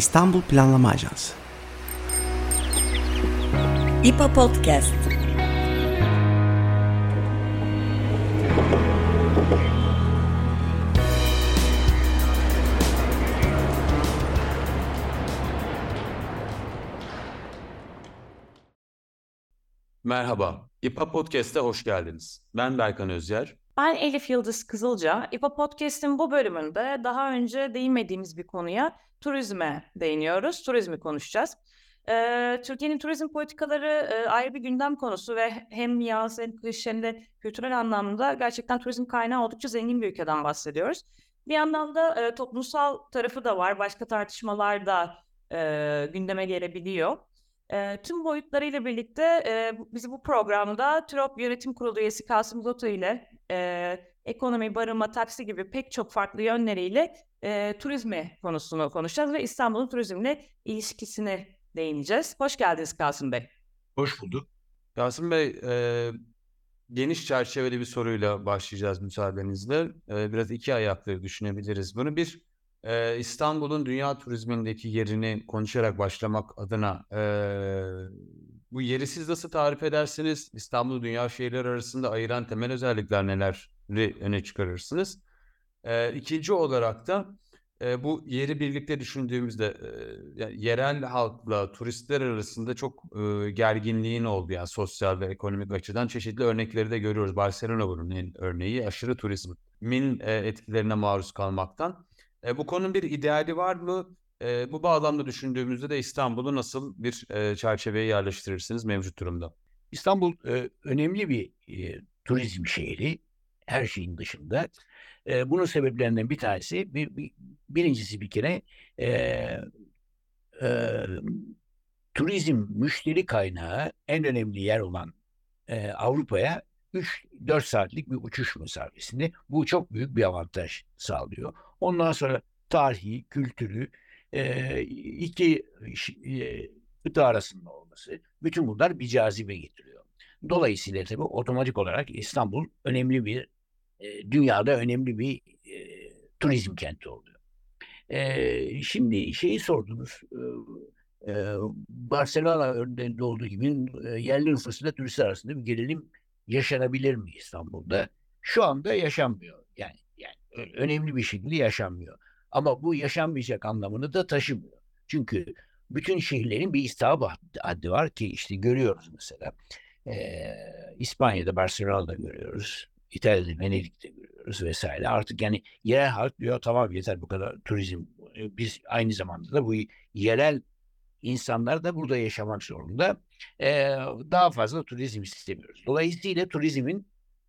İstanbul Planlama Ajansı. İPA Podcast. Merhaba, İPA Podcast'e hoş geldiniz. Ben Berkan Özyer. Ben Elif Yıldız Kızılca. İPA Podcast'in bu bölümünde daha önce değinmediğimiz bir konuya, turizme değiniyoruz. Turizmi konuşacağız. Türkiye'nin turizm politikaları ayrı bir gündem konusu ve hem yaz hem kış hem de kültürel anlamda gerçekten turizm kaynağı oldukça zengin bir ülkeden bahsediyoruz. Bir yandan da toplumsal tarafı da var. Başka tartışmalar da gündeme gelebiliyor. Tüm boyutlarıyla birlikte bizi bu programda TÜROP Yönetim Kurulu üyesi Kasım Zoto ile ekonomi, barınma, taksi gibi pek çok farklı yönleriyle turizmi konusunu konuşacağız ve İstanbul'un turizmle ilişkisine değineceğiz. Hoş geldiniz Kasım Bey. Hoş bulduk. Kasım Bey, geniş çerçeveli bir soruyla başlayacağız müsaadenizle. Biraz iki ayaklı düşünebiliriz. Bunu İstanbul'un dünya turizmindeki yerini konuşarak başlamak adına bu yeri siz nasıl tarif edersiniz? İstanbul'u dünya şehirleri arasında ayıran temel özellikler neleri öne çıkarırsınız? İkinci olarak da bu yeri birlikte düşündüğümüzde yani yerel halkla turistler arasında çok gerginliğin olduğu, yani sosyal ve ekonomik açıdan çeşitli örnekleri de görüyoruz. Barcelona bunun örneği, aşırı turizmin etkilerine maruz kalmaktan. Bu konunun bir ideali var mı? Bu bağlamda düşündüğümüzde de İstanbul'u nasıl bir çerçeveye yerleştirirsiniz mevcut durumda? İstanbul önemli bir turizm şehri, her şeyin dışında. Bunun sebeplerinden bir tanesi, birincisi bir kere turizm müşteri kaynağı en önemli yer olan Avrupa'ya 3-4 saatlik bir uçuş mesafesinde. Bu çok büyük bir avantaj sağlıyor. Ondan sonra tarihi, kültürü, iki kıta arasında olması, bütün bunlar bir cazibe getiriyor. Dolayısıyla tabii otomatik olarak İstanbul önemli bir, dünyada önemli bir turizm kenti oluyor. Şimdi şeyi sordunuz, Barcelona örneğinde olduğu gibi yerli nüfusuyla turistler arasında bir gerilim yaşanabilir mi İstanbul'da? Şu anda yaşanmıyor. Yani önemli bir şekilde yaşanmıyor. Ama bu yaşanmayacak anlamını da taşımıyor. Çünkü bütün şehirlerin bir istihap haddi var ki işte görüyoruz mesela. İspanya'da, Barcelona'da görüyoruz. İtalya'da, Venedik'te görüyoruz vesaire. Artık yani yerel halk diyor tamam yeter bu kadar turizm. Biz aynı zamanda da bu yerel İnsanlar da burada yaşamak zorunda. Daha fazla turizm istemiyoruz. Dolayısıyla turizmin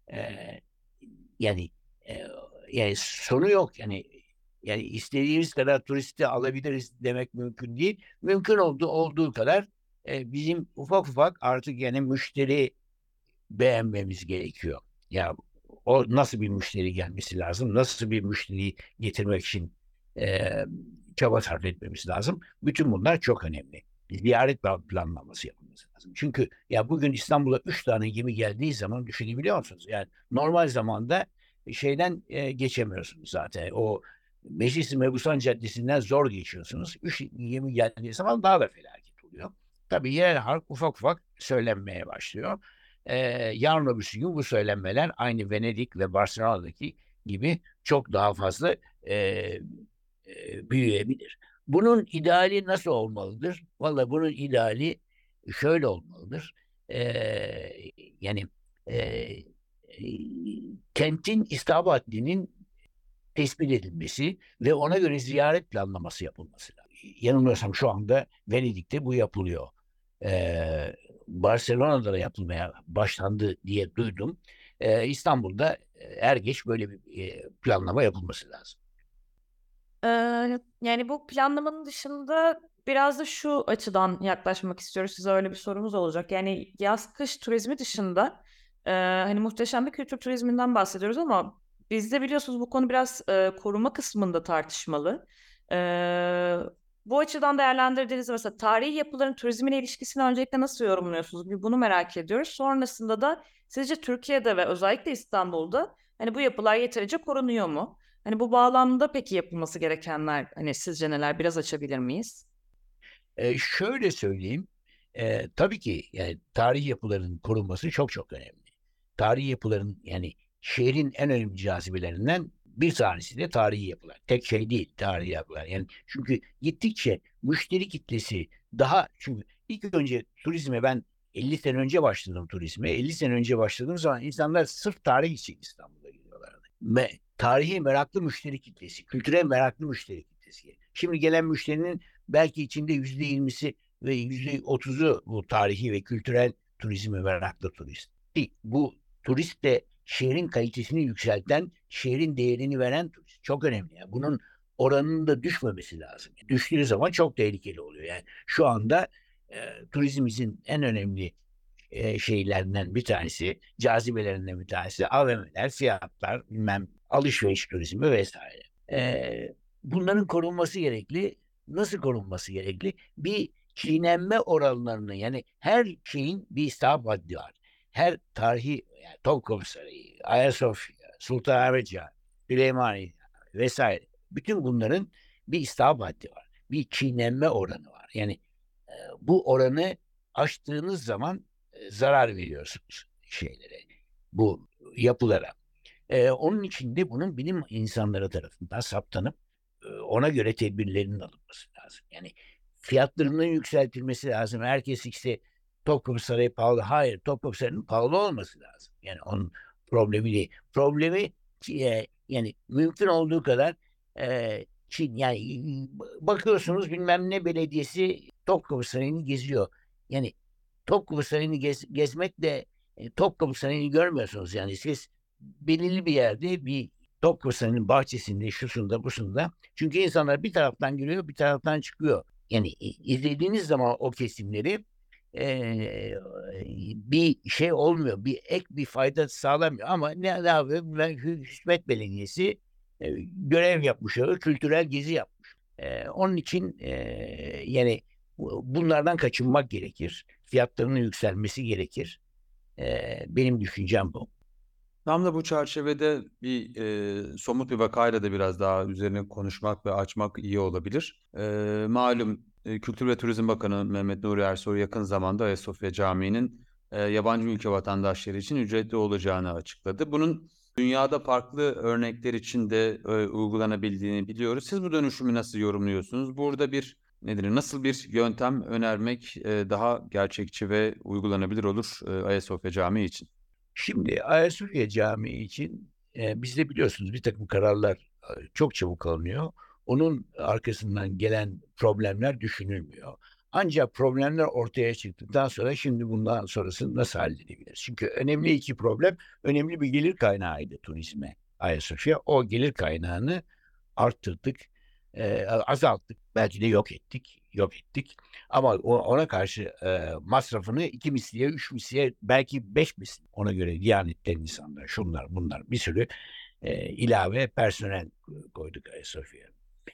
yani yani sonu yok. Yani istediğimiz kadar turisti alabiliriz demek mümkün değil. Mümkün olduğu kadar bizim ufak ufak artık yani müşteri beğenmemiz gerekiyor. Ya o nasıl bir müşteri gelmesi lazım? Nasıl bir müşteriyi getirmek için çaba sarf etmemiz lazım. Bütün bunlar çok önemli. Ziyaret planlaması yapılması lazım. Çünkü ya bugün İstanbul'a 3 tane gemi geldiği zaman düşünebiliyor musunuz? Yani normal zamanda şeyden geçemiyorsunuz zaten. O Meclis-i Mebusan Caddesi'nden zor geçiyorsunuz. 3 gemi geldiği zaman daha da felaket oluyor. Tabii yerel halk ufak ufak söylenmeye başlıyor. Yarın öbürsü gün bu söylenmeler aynı Venedik ve Barcelona'daki gibi çok daha fazla büyüyebilir. Bunun ideali nasıl olmalıdır? Vallahi bunun ideali şöyle olmalıdır. Yani e, kentin istihbap haddinin tespit edilmesi ve ona göre ziyaret planlaması yapılması lazım. Yanılmıyorsam şu anda Venedik'te bu yapılıyor. Barcelona'da da yapılmaya başlandı diye duydum. İstanbul'da er geç böyle bir planlama yapılması lazım. Yani bu planlamanın dışında biraz da şu açıdan yaklaşmak istiyoruz. Size öyle bir sorumuz olacak. Yani yaz-kış turizmi dışında hani muhteşem bir kültür turizminden bahsediyoruz ama bizde biliyorsunuz bu konu biraz koruma kısmında tartışmalı. Bu açıdan değerlendirdiğinizde mesela tarihi yapıların turizmine ilişkisini öncelikle nasıl yorumluyorsunuz? Bir bunu merak ediyoruz. Sonrasında da sizce Türkiye'de ve özellikle İstanbul'da hani bu yapılar yeterince korunuyor mu? Hani bu bağlamda peki yapılması gerekenler hani sizce neler? Biraz açabilir miyiz? Şöyle söyleyeyim, tabii ki yani tarihi yapıların korunması çok çok önemli. Tarihi yapıların yani şehrin en önemli cazibelerinden bir tanesi de tarihi yapılar. Tek şey değil tarihi yapılar. Yani çünkü gittikçe müşteri kitlesi çünkü ilk önce turizme ben 50 sene önce başladım turizme. 50 sene önce başladığım zaman insanlar sırf tarih için İstanbul'a geliyorlardı. Tarihi meraklı müşteri kitlesi, kültüre meraklı müşteri kitlesi. Şimdi gelen müşterinin belki içinde %20'si ve %30'u bu tarihi ve kültürel turizme meraklı turist. Bu turist de şehrin kalitesini yükselten, şehrin değerini veren turist. Çok önemli. Yani bunun oranının da düşmemesi lazım. Düştüğü zaman çok tehlikeli oluyor. Yani şu anda turizmimizin en önemli şeylerinden bir tanesi, cazibelerinden bir tanesi AVM'ler, fiyatlar, bilmem alışveriş turizmi vesaire. Bunların korunması gerekli. Nasıl korunması gerekli? Bir çiğnenme oranlarını yani her şeyin bir istihap haddi var. Her tarihi yani Topkapı Sarayı, Ayasofya, Sultanahmet Camii, Süleymaniye vesaire. Bütün bunların bir istihap haddi var. Bir çiğnenme oranı var. Yani bu oranı aştığınız zaman zarar veriyorsunuz şeylere, bu yapılara. Onun için de bunun bilim insanları tarafından saptanıp ona göre tedbirlerin alınması lazım. Yani fiyatlarının yükseltilmesi lazım. Herkes işte Topkapı Sarayı pahalı. Hayır, Topkapı Sarayı'nın pahalı olması lazım. Yani onun problemi değil. Problemi yani mümkün olduğu kadar Çin yani bakıyorsunuz bilmem ne belediyesi Topkapı Sarayı'nı geziyor. Yani Topkapı Sarayı'nı gezmek de Topkapı Sarayı'nı görmüyorsunuz. Yani siz belirli bir yerde bir Topkapı Sarayı'nın bahçesinde, şusunda, busunda. Çünkü insanlar bir taraftan giriyor, bir taraftan çıkıyor. Yani izlediğiniz zaman o kesimleri bir şey olmuyor. Bir ek bir fayda sağlamıyor. Ama ne yapıyor? Hizmet Belediyesi görev yapmış, kültürel gezi yapmış. Onun için yani bunlardan kaçınmak gerekir. Fiyatlarının yükselmesi gerekir. Benim düşüncem bu. Tam da bu çerçevede bir somut bir vakayla da biraz daha üzerine konuşmak ve açmak iyi olabilir. Malum Kültür ve Turizm Bakanı Mehmet Nuri Ersoy yakın zamanda Ayasofya Camii'nin yabancı ülke vatandaşları için ücretli olacağını açıkladı. Bunun dünyada farklı örnekler için de uygulanabildiğini biliyoruz. Siz bu dönüşümü nasıl yorumluyorsunuz? Burada nasıl bir yöntem önermek daha gerçekçi ve uygulanabilir olur Ayasofya Camii için? Şimdi Ayasofya Camii için bizde biliyorsunuz bir takım kararlar çok çabuk alınıyor. Onun arkasından gelen problemler düşünülmüyor. Ancak problemler ortaya çıktıktan sonra şimdi bundan sonrasını nasıl halledebiliriz? Çünkü önemli iki problem, önemli bir gelir kaynağıydı turizme Ayasofya. O gelir kaynağını arttırdık, azalttık, belki de yok ettik. Ama ona karşı masrafını 2 misliye, 3 misliye, belki 5 misliye ona göre Diyanet'ten insanlar, şunlar bunlar bir sürü ilave personel koyduk Ayasofya'ya.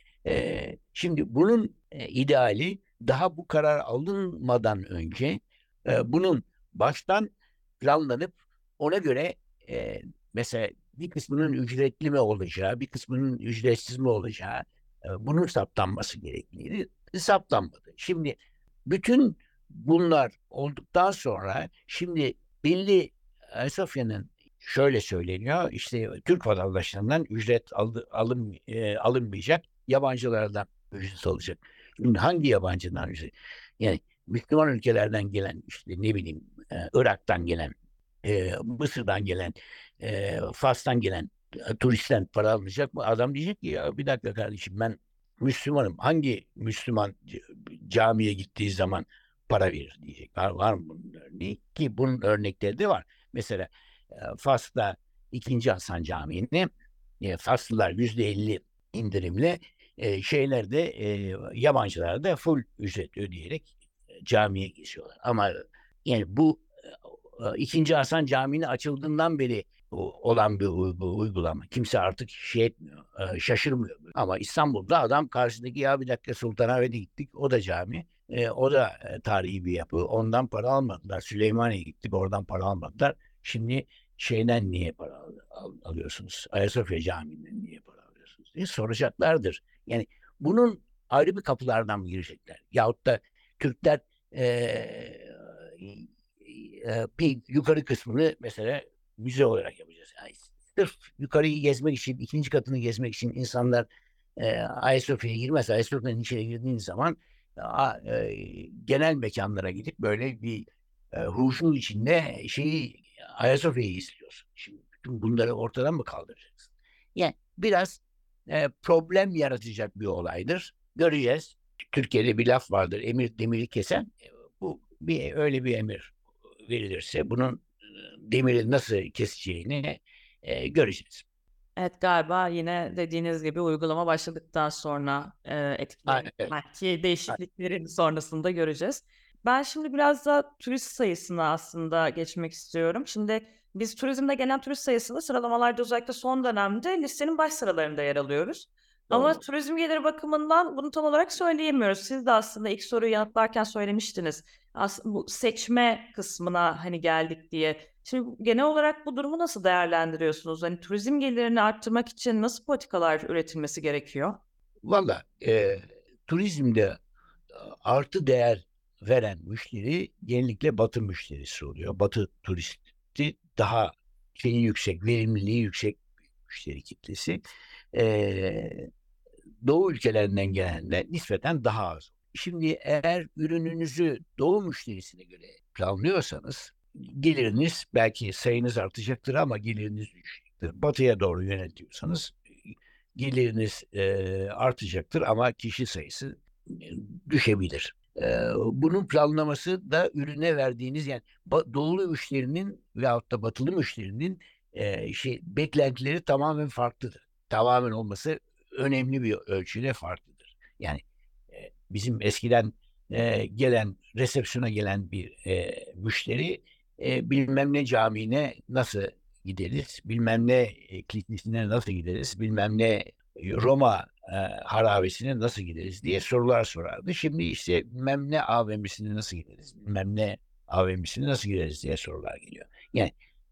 Şimdi bunun ideali daha bu karar alınmadan önce bunun baştan planlanıp ona göre mesela bir kısmının ücretli mi olacağı, bir kısmının ücretsiz mi olacağı bunun saptanması gerekliydi. Saptanmadı. Şimdi bütün bunlar olduktan sonra şimdi belli Ayasofya'nın şöyle söyleniyor işte Türk vatandaşlarından ücret alınmayacak, yabancılardan ücret alacak. Şimdi hangi yabancıdan ücret? Yani Müslüman ülkelerden gelen işte ne bileyim Irak'tan gelen, Mısır'dan gelen, Fas'tan gelen turistten para alınacak mı? Adam diyecek ki ya bir dakika kardeşim ben Müslümanım. Hangi Müslüman camiye gittiği zaman para verir diyecek. Var mı bunun örneği? Ki bunun örnekleri de var. Mesela Fas'ta 2. Hasan Camii'ni Faslılar %50 indirimle şeylerde yabancılar da full ücret ödeyerek camiye geçiyorlar. Ama yani bu 2. Hasan Camii'nin açıldığından beri olan bir uygulama. Kimse artık şey etmiyor, şaşırmıyor. Ama İstanbul'da adam karşıdaki ya bir dakika Sultanahmet'e gittik, o da cami. O da tarihi bir yapı. Ondan para almadılar. Süleymaniye'ye gittik, oradan para almadılar. Şimdi şeyden niye para alıyorsunuz? Ayasofya Camii'nden niye para alıyorsunuz? soracaklardır. Yani bunun ayrı bir kapılardan mı girecekler? Yahut da Türkler bir yukarı kısmını mesela müze olarak yapacağız. Yani sırf yukarıyı gezmek için, ikinci katını gezmek için insanlar Ayasofya'ya girmez. Ayasofya'nın içine girdiğiniz zaman genel mekanlara gidip böyle bir huşu içinde Ayasofya'yı izliyorsun. Şimdi bütün bunları ortadan mı kaldıracaksın? Yani biraz problem yaratacak bir olaydır. Göreceğiz. Türkiye'de bir laf vardır. Emir demiri kesen. Bu öyle bir emir verilirse bunun demiri nasıl keseceğini göreceğiz. Evet, galiba yine dediğiniz gibi uygulama başladıktan sonra Evet. belki değişikliklerin sonrasında göreceğiz. Ben şimdi biraz da turist sayısına aslında geçmek istiyorum. Şimdi biz turizmde gelen turist sayısında sıralamalarda özellikle son dönemde listenin baş sıralarında yer alıyoruz. Ama Doğru. turizm geliri bakımından bunu tam olarak söyleyemiyoruz. Siz de aslında ilk soruyu yanıtlarken söylemiştiniz. Aslında bu seçme kısmına hani geldik diye. Şimdi genel olarak bu durumu nasıl değerlendiriyorsunuz? Hani turizm gelirini arttırmak için nasıl politikalar üretilmesi gerekiyor? Valla turizmde artı değer veren müşteri genellikle Batı müşterisi oluyor. Batı turisti daha yüksek, verimliliği yüksek müşteri kitlesi. Doğu ülkelerinden gelenler nispeten daha az. Şimdi eğer ürününüzü Doğu müşterisine göre planlıyorsanız geliriniz belki sayınız artacaktır ama geliriniz düşecektir. Batıya doğru yönetiyorsanız geliriniz artacaktır ama kişi sayısı düşebilir. Bunun planlaması da ürüne verdiğiniz yani doğulu müşterinin veyahut da batılı müşterinin beklentileri tamamen farklıdır. Tamamen olması önemli bir ölçüde farklıdır. Yani bizim eskiden resepsiyona gelen bir müşteri bilmem ne camiine nasıl gideriz, bilmem ne kilisesine nasıl gideriz, bilmem ne Roma harabesine nasıl gideriz diye sorular sorardı. Şimdi işte bilmem ne AVM'sine nasıl gideriz, bilmem ne AVM'sine nasıl gideriz diye sorular geliyor. Yani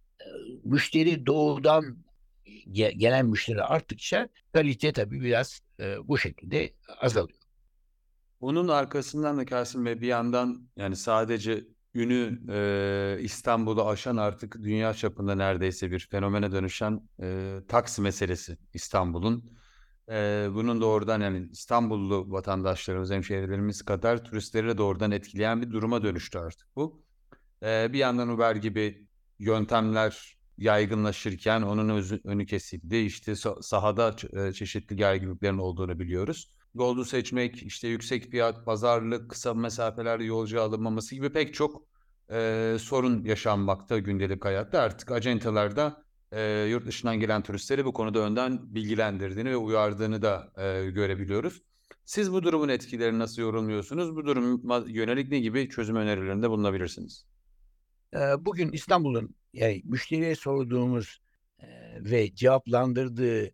müşteri doğudan gelen müşteri arttıkça kalite tabii biraz bu şekilde azalıyor. Bunun arkasından da Kasım Bey bir yandan yani sadece ünü İstanbul'u aşan artık dünya çapında neredeyse bir fenomene dönüşen taksi meselesi İstanbul'un. Bunun doğrudan yani İstanbullu vatandaşlarımız, hemşehrilerimiz kadar turistleri de doğrudan etkileyen bir duruma dönüştü artık bu. Bir yandan Uber gibi yöntemler yaygınlaşırken onun önü kesildi. İşte sahada çeşitli gerginliklerin olduğunu biliyoruz. Yolcu seçmek, işte yüksek fiyat, pazarlık, kısa mesafelerde yolcu alınmaması gibi pek çok sorun yaşanmakta gündelik hayatta. Artık acentalar da yurt dışından gelen turistleri bu konuda önden bilgilendirdiğini ve uyardığını da görebiliyoruz. Siz bu durumun etkilerini nasıl yorumluyorsunuz? Bu duruma yönelik ne gibi çözüm önerilerinde bulunabilirsiniz? Bugün İstanbul'un yani müşteriye sorduğumuz ve cevaplandırdığı,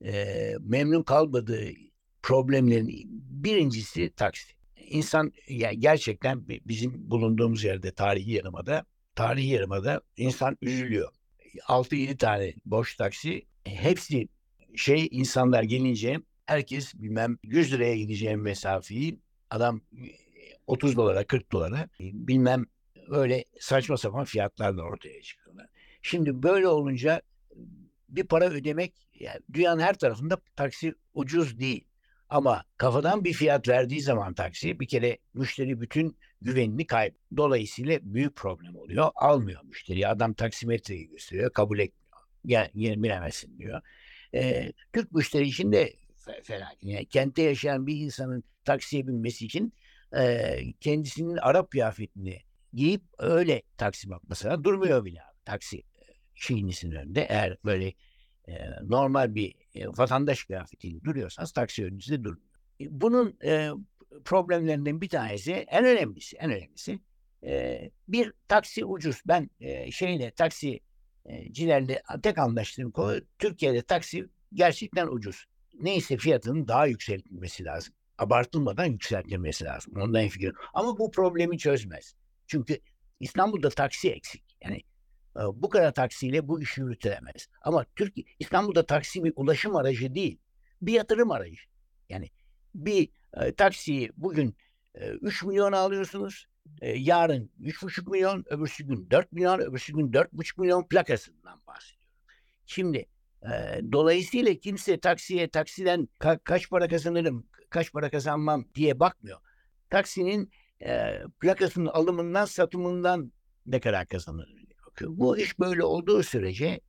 memnun kalmadığı problemlerin birincisi taksi. İnsan gerçekten bizim bulunduğumuz yerde tarihi yarımada insan üzülüyor. 6-7 tane boş taksi, hepsi insanlar gelince herkes bilmem 100 liraya gideceğim mesafeyi adam $30, $40 bilmem öyle saçma sapan fiyatlarla ortaya çıkıyorlar. Şimdi böyle olunca bir para ödemek yani dünyanın her tarafında taksi ucuz değil. Ama kafadan bir fiyat verdiği zaman taksi bir kere müşteri bütün güvenini kaybediyor. Dolayısıyla büyük problem oluyor. Almıyor müşteriyi. Adam taksimetreyi gösteriyor. Kabul etmiyor. Bilemezsin diyor. Türk müşteri için de fena. Yani kentte yaşayan bir insanın taksiye binmesi için kendisinin Arap kıyafetini giyip öyle taksi bakmasına durmuyor bile abi. Taksi şeyinizin önünde eğer böyle normal bir vatandaş kıyafetiyle duruyorsanız taksi önünüzde durmuyor. Bunun problemlerinden bir tanesi en önemlisi bir taksi ucuz. Ben taksicilerle tek anlaştığım konu Türkiye'de taksi gerçekten ucuz. Neyse fiyatının daha yükseltilmesi lazım. Abartılmadan yükseltilmesi lazım. Ondan fikrim. Ama bu problemi çözmez. Çünkü İstanbul'da taksi eksik. Yani bu kadar taksiyle bu iş yürütülemez. Ama İstanbul'da taksi bir ulaşım aracı değil. bir yatırım arayışı. Yani bir taksiyi bugün 3 milyon alıyorsunuz. Yarın 3,5 milyon, öbürsü gün 4 milyon, öbürsü gün 4,5 milyon plakasından bahsediyorum. Şimdi dolayısıyla kimse taksiden kaç para kazanırım, kaç para kazanmam diye bakmıyor. Taksinin plakasının alımından, satımından ne kadar kazanır diye bakıyor. Bu iş böyle olduğu sürece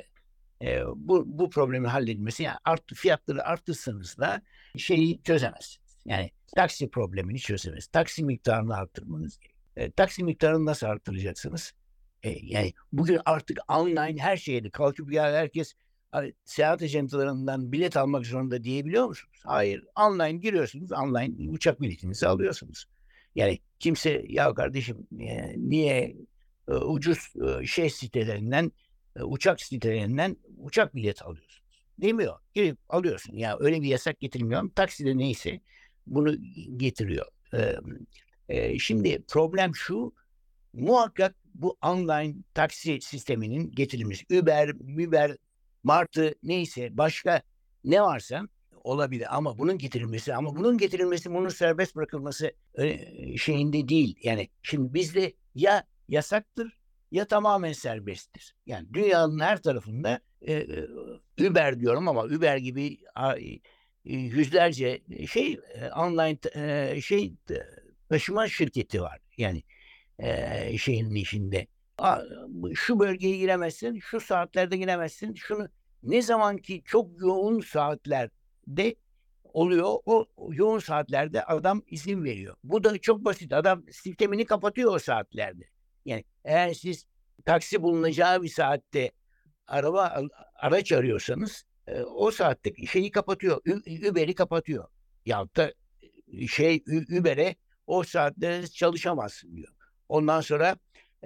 bu problemin halledilmesi, yani fiyatları artırsanız da şeyi çözemezsiniz. Yani taksi problemini çözemez. Taksi miktarını arttırmanız gerekiyor. Taksi miktarını nasıl arttıracaksınız? Yani bugün artık online her şeyde kalkıp ya herkes seyahat ajantalarından bilet almak zorunda diyebiliyor musunuz? Hayır. Online giriyorsunuz. Online uçak biletinizi alıyorsunuz. Yani kimse ya kardeşim niye ucuz sitelerinden uçak sitelerinden uçak bileti alıyorsunuz demiyor. Girip alıyorsun. Ya öyle bir yasak getirilmiyor. Takside neyse bunu getiriyor. Şimdi problem şu. Muhakkak bu online taksi sisteminin getirilmesi. Uber, Martı neyse başka ne varsa olabilir ama bunun getirilmesi, bunun serbest bırakılması şeyinde değil. Yani şimdi bizde ya yasaktır ya tamamen serbesttir. Yani dünyanın her tarafında Uber diyorum ama Uber gibi yüzlerce online taşıma şirketi var. Yani şeyin içinde. Şu bölgeye giremezsin, şu saatlerde giremezsin. Şunu ne zaman ki çok yoğun saatlerde oluyor, o yoğun saatlerde adam izin veriyor. Bu da çok basit. Adam sistemini kapatıyor o saatlerde. Yani eğer siz taksi bulunacağı bir saatte araç arıyorsanız o saatte şeyi kapatıyor. Uber'i kapatıyor. Ya da Uber'e o saatte çalışamazsın diyor. Ondan sonra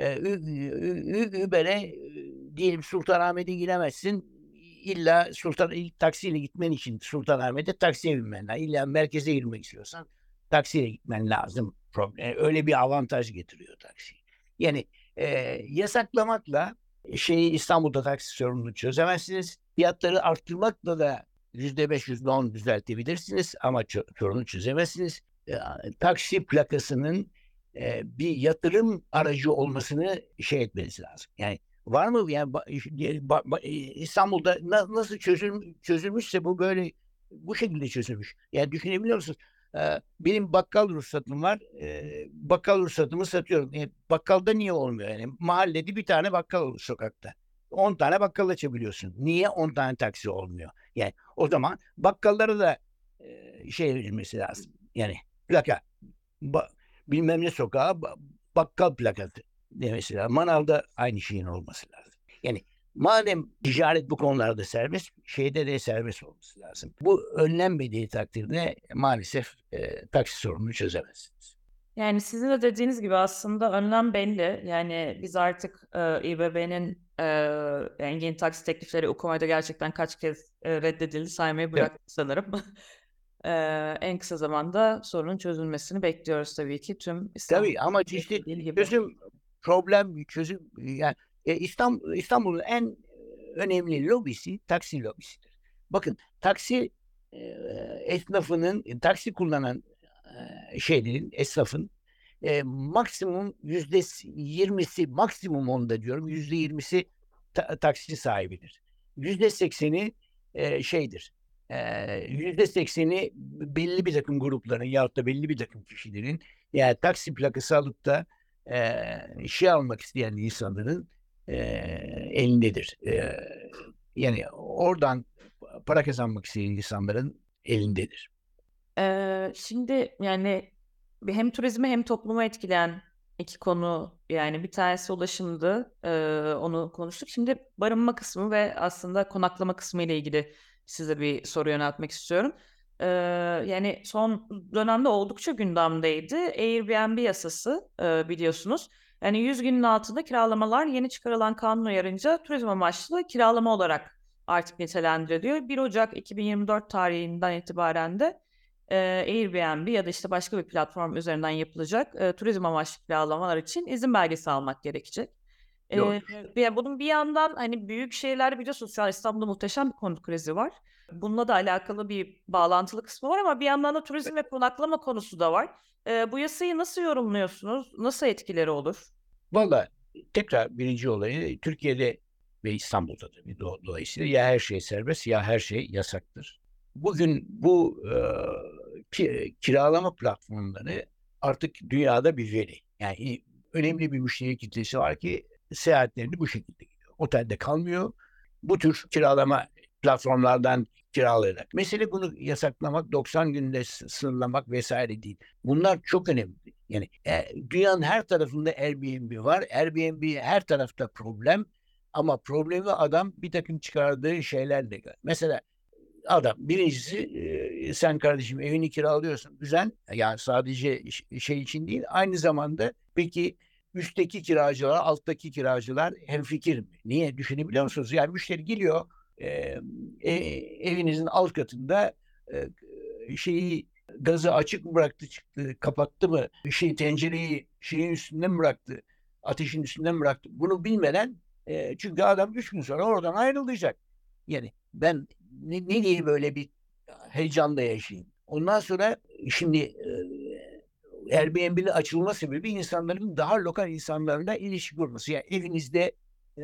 Uber'e diyelim Sultanahmet'e giremezsin. İlla taksiyle gitmen için Sultanahmet'e taksiye binmen lazım. İlla merkeze girmek istiyorsan taksiyle gitmen lazım. Öyle bir avantaj getiriyor taksi. Yani yasaklamakla İstanbul'da taksi sorununu çözemezsiniz. Fiyatları arttırmakla da %5, %10 düzeltebilirsiniz ama sorunu çözemezsiniz. Taksi plakasının bir yatırım aracı olmasını etmeniz lazım. Yani var mı yani İstanbul'da nasıl çözülmüşse bu böyle bu şekilde çözülmüş. Yani düşünebiliyor musunuz? Benim bakkal ruhsatım var. Bakkal ruhsatımı satıyorum. Bakkalda niye olmuyor? Yani mahallede bir tane bakkal olur sokakta. 10 tane bakkal açabiliyorsun. Niye 10 tane taksi olmuyor? Yani o zaman bakkallara da verilmesi lazım. Yani plaka. Bilmem ne sokağa bakkal plakası demesi lazım. Manavda aynı şeyin olması lazım. Yani madem ticaret bu konularda serbest, şeyde de serbest olması lazım. Bu önlenmediği takdirde maalesef taksi sorununu çözemezsiniz. Yani sizin de dediğiniz gibi aslında önlem belli. Yani biz artık İBB'nin yani yeni taksi teklifleri UKOMA'da gerçekten kaç kez reddedildi saymayı bıraktık sanırım. En kısa zamanda sorunun çözülmesini bekliyoruz tabii ki tüm Tabii ama işte çözüm yani İstanbul'un en önemli lobisi taksi lobisidir. Bakın taksi esnafının, taksi kullanan esnafın maksimum %20'si, maksimum onda diyorum, %20'si taksi sahibidir. %80'i %80'i belli bir takım grupların yahut da belli bir takım kişilerin yani taksi plakası alıp da almak isteyen insanların elindedir. Yani oradan para kazanmak isteyen insanların elindedir. Şimdi yani hem turizmi hem toplumu etkileyen iki konu, yani bir tanesi ulaşımdı, onu konuştuk. Şimdi barınma kısmı ve aslında konaklama kısmı ile ilgili size bir soru yöneltmek istiyorum. Yani son dönemde oldukça gündemdeydi. Airbnb yasası biliyorsunuz. Yani 100 günün altında kiralamalar yeni çıkarılan kanun uyarınca turizm amaçlı kiralama olarak artık nitelendiriliyor. 1 Ocak 2024 tarihinden itibaren de Airbnb ya da işte başka bir platform üzerinden yapılacak turizm amaçlı kiralamalar için izin belgesi almak gerekecek. Doğru. Bunun bir yandan hani büyük şehirlerde biliyorsunuz şu an İstanbul'da muhteşem bir konut krizi var. Bununla da alakalı bir bağlantılı kısmı var ama bir yandan da turizm ve konaklama konusu da var. Bu yasayı nasıl yorumluyorsunuz? Nasıl etkileri olur? Valla tekrar birinci olayı Türkiye'de ve İstanbul'da tabii dolayısıyla ya her şey serbest ya her şey yasaktır. Bugün bu kiralama platformları artık dünyada bir veri. Yani önemli bir müşteri kitlesi var ki seyahatlerini bu şekilde gidiyor. Otelde kalmıyor. Bu tür kiralama platformlardan kiralayarak. Mesele bunu yasaklamak, 90 günde sınırlamak vesaire değil. Bunlar çok önemli. Yani dünyanın her tarafında Airbnb var. Airbnb her tarafta problem. Ama problemi adam bir takım çıkardığı şeylerle gör. Mesela adam birincisi sen kardeşim evini kiralıyorsun. Güzel. Yani sadece şey için değil. Aynı zamanda peki üstteki kiracılar, alttaki kiracılar hemfikir mi? Niye? Düşünebiliyor musunuz? Yani müşteri geliyor evinizin alt katında şeyi gazı açık mı bıraktı çıktı, kapattı mı? Tencereyi şeyin üstünden mi bıraktı? Ateşin üstünden mi bıraktı? Bunu bilmeden çünkü adam 3 gün sonra oradan ayrılacak. Yani ben ne diye böyle bir heyecanla yaşayayım. Ondan sonra şimdi Airbnb'nin açılma sebebi insanların daha lokal insanlarla ilişki kurması. Yani evinizde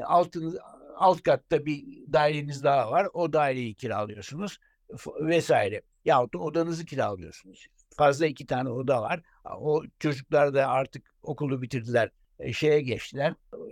alt katta bir daireniz daha var. O daireyi kiralıyorsunuz vesaire. Yahut da odanızı kiralıyorsunuz. Fazla 2 tane oda var. O çocuklar da artık okulu bitirdiler. Şeye geçtiler.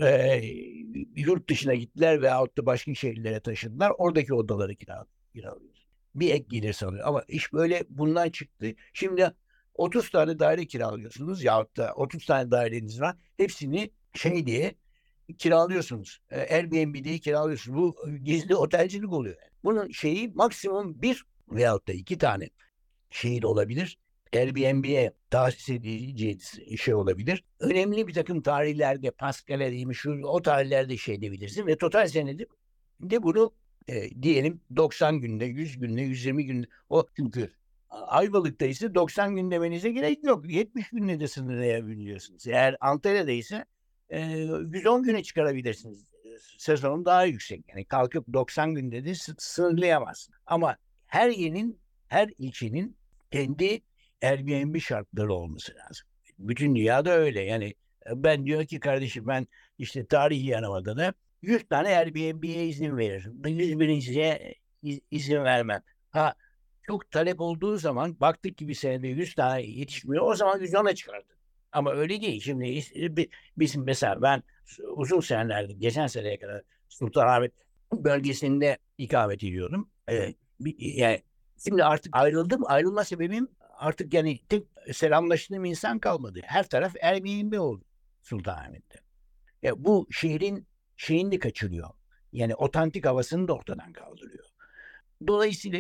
Yurt dışına gittiler veyahut da başka şehirlere taşındılar. Oradaki odaları kiralıyoruz. Bir ek gelir sanıyor. Ama iş böyle bundan çıktı. Şimdi 30 tane daire kiralıyorsunuz yahut da 30 tane daireniz var. Hepsini şey diye kiralıyorsunuz. Airbnb diye kiralıyorsunuz. Bu gizli otelcilik oluyor. Bunun şeyi maksimum 1 veyahut da 2 tane şehir olabilir. Airbnb'ye tahsis edici şey olabilir. Önemli bir takım tarihlerde Paskal'e değil o tarihlerde şey edebilirsin ve total senedi de bunu diyelim 90 günde, 100 günde, 120 günde o çünkü Ayvalık'ta ise 90 gün demenize gerek yok. 70 günde de sınırlayabiliyorsunuz. Eğer Antalya'da ise 110 güne çıkarabilirsiniz. Sezonun daha yüksek. Yani kalkıp 90 günde de sınırlayamazsın. Ama her ilçenin kendi Airbnb şartları olması lazım. Bütün dünyada öyle. Yani ben diyor ki kardeşim ben işte tarihi Yarımada'da 100 tane Airbnb'ye izin veririm. 101.'ye izin vermem. Ha çok talep olduğu zaman baktık ki bir senede 100 tane yetişmiyor. O zaman 110'a çıkardık. Ama öyle değil. Şimdi bizim mesela ben uzun senelerde geçen seneye kadar Sultanahmet bölgesinde ikamet ediyorum. Yani şimdi artık ayrılma sebebim artık yani tek selamlaştığım insan kalmadı. Her taraf Airbnb oldu Sultanahmet'te. Bu şehrin şeyini kaçırıyor. Yani otantik havasını da ortadan kaldırıyor. Dolayısıyla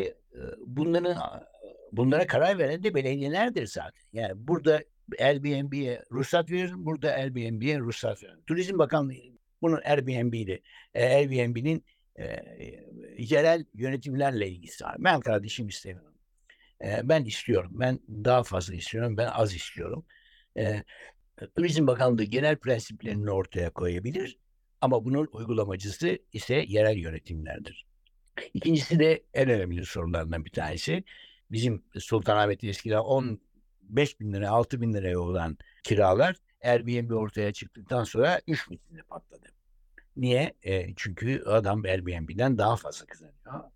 bunlara karar veren de belediyelerdir zaten. Yani burada Airbnb'ye ruhsat verir, burada Airbnb'ye ruhsat verir. Turizm Bakanlığı bunun Airbnb'nin yerel yönetimlerle ilgisi var. Ben kardeşim istemiyorum. Ben istiyorum. Ben daha fazla istiyorum. Ben az istiyorum. Turizm Bakanlığı genel prensiplerini ortaya koyabilir. Ama bunun uygulamacısı ise yerel yönetimlerdir. İkincisi de en önemli sorulardan bir tanesi. Bizim Sultanahmet'te eskiden 15 bin lira, 6 bin liraya olan kiralar Airbnb ortaya çıktıktan sonra 3 bin lira patladı. Niye? Çünkü adam Airbnb'den daha fazla kazanıyor.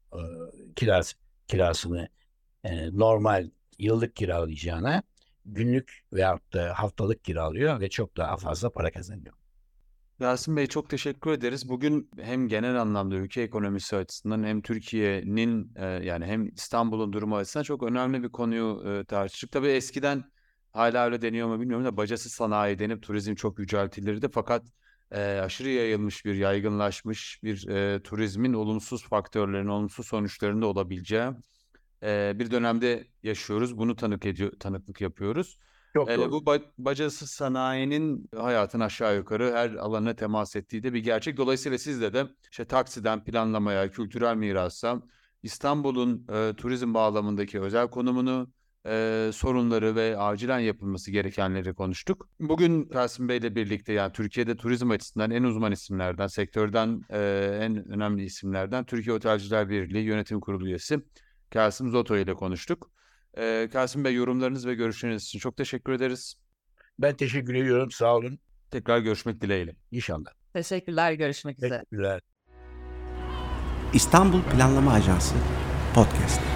Kirasını normal yıllık kiralayacağına günlük veyahut da haftalık kiralıyor ve çok daha fazla para kazanıyor. Yasin Bey çok teşekkür ederiz. Bugün hem genel anlamda ülke ekonomisi açısından hem Türkiye'nin yani hem İstanbul'un durumu açısından çok önemli bir konuyu tartıştık. Tabii eskiden hala öyle deniyor mu bilmiyorum da bacasız sanayi denip turizm çok yüceltilirdi. Fakat aşırı yayılmış bir, yaygınlaşmış bir turizmin olumsuz faktörlerin, olumsuz sonuçlarının da olabileceği bir dönemde yaşıyoruz. Bunu tanıklık yapıyoruz. Çok doğru. Bu bacasız sanayinin hayatın aşağı yukarı her alana temas ettiği de bir gerçek. Dolayısıyla sizde de işte taksiden planlamaya, kültürel mirasa, İstanbul'un turizm bağlamındaki özel konumunu, sorunları ve acilen yapılması gerekenleri konuştuk. Bugün Kasım Bey ile birlikte, yani Türkiye'de turizm açısından en uzman isimlerden, sektörden en önemli isimlerden Türkiye Otelciler Birliği Yönetim Kurulu üyesi Kasım Zoto ile konuştuk. Kasım Bey, yorumlarınız ve görüşleriniz için çok teşekkür ederiz. Ben teşekkür ediyorum. Sağ olun. Tekrar görüşmek dileğiyle. İnşallah. Teşekkürler, görüşmek üzere. Teşekkürler. İstanbul Planlama Ajansı Podcast.